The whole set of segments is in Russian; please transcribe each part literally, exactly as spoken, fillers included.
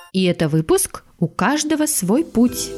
И это выпуск «У каждого свой путь».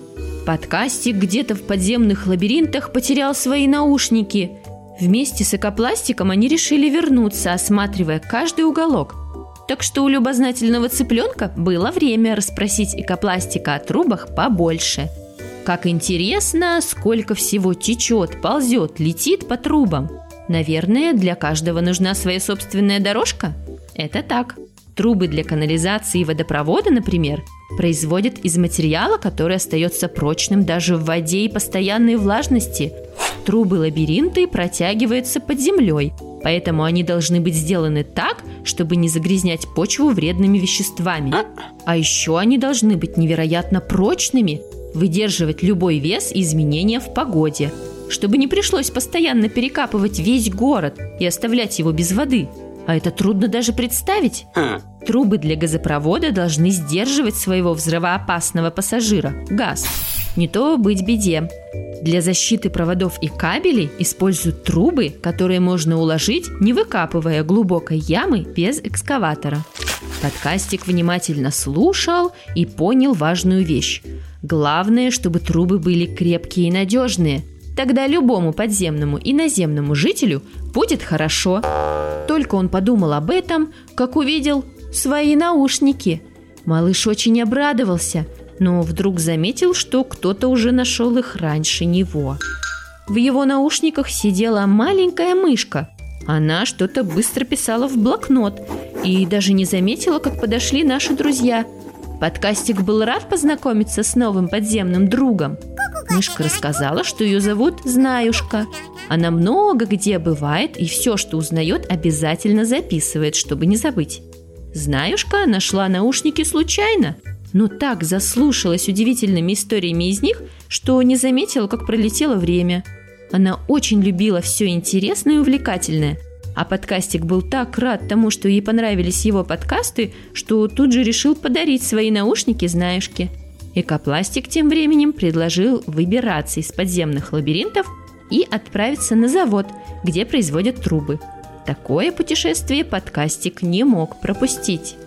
Подкастик где-то в подземных лабиринтах потерял свои наушники. Вместе с экопластиком они решили вернуться, осматривая каждый уголок. Так что у любознательного цыпленка было время расспросить экопластика о трубах побольше. Как интересно, сколько всего течет, ползет, летит по трубам. Наверное, для каждого нужна своя собственная дорожка? Это так. Трубы для канализации и водопровода, например, производят из материала, который остается прочным даже в воде и постоянной влажности. Трубы-лабиринты протягиваются под землей, поэтому они должны быть сделаны так, чтобы не загрязнять почву вредными веществами. А еще они должны быть невероятно прочными, выдерживать любой вес и изменения в погоде, чтобы не пришлось постоянно перекапывать весь город и оставлять его без воды. А это трудно даже представить. Трубы для газопровода должны сдерживать своего взрывоопасного пассажира – газ. Не то быть беде. Для защиты проводов и кабелей используют трубы, которые можно уложить, не выкапывая глубокой ямы без экскаватора. Подкастик внимательно слушал и понял важную вещь. Главное, чтобы трубы были крепкие и надежные. Тогда любому подземному и наземному жителю будет хорошо. Только он подумал об этом, как увидел свои наушники. Малыш очень обрадовался, но вдруг заметил, что кто-то уже нашел их раньше него. В его наушниках сидела маленькая мышка. Она что-то быстро писала в блокнот и даже не заметила, как подошли наши друзья. Подкастик был рад познакомиться с новым подземным другом. Мышка рассказала, что ее зовут Знаюшка. Она много где бывает и все, что узнает, обязательно записывает, чтобы не забыть. Знаюшка нашла наушники случайно, но так заслушалась удивительными историями из них, что не заметила, как пролетело время. Она очень любила все интересное и увлекательное. А подкастик был так рад тому, что ей понравились его подкасты, что тут же решил подарить свои наушники Знаюшке. Экопластик тем временем предложил выбираться из подземных лабиринтов и отправиться на завод, где производят трубы. Такое путешествие подкастик не мог пропустить.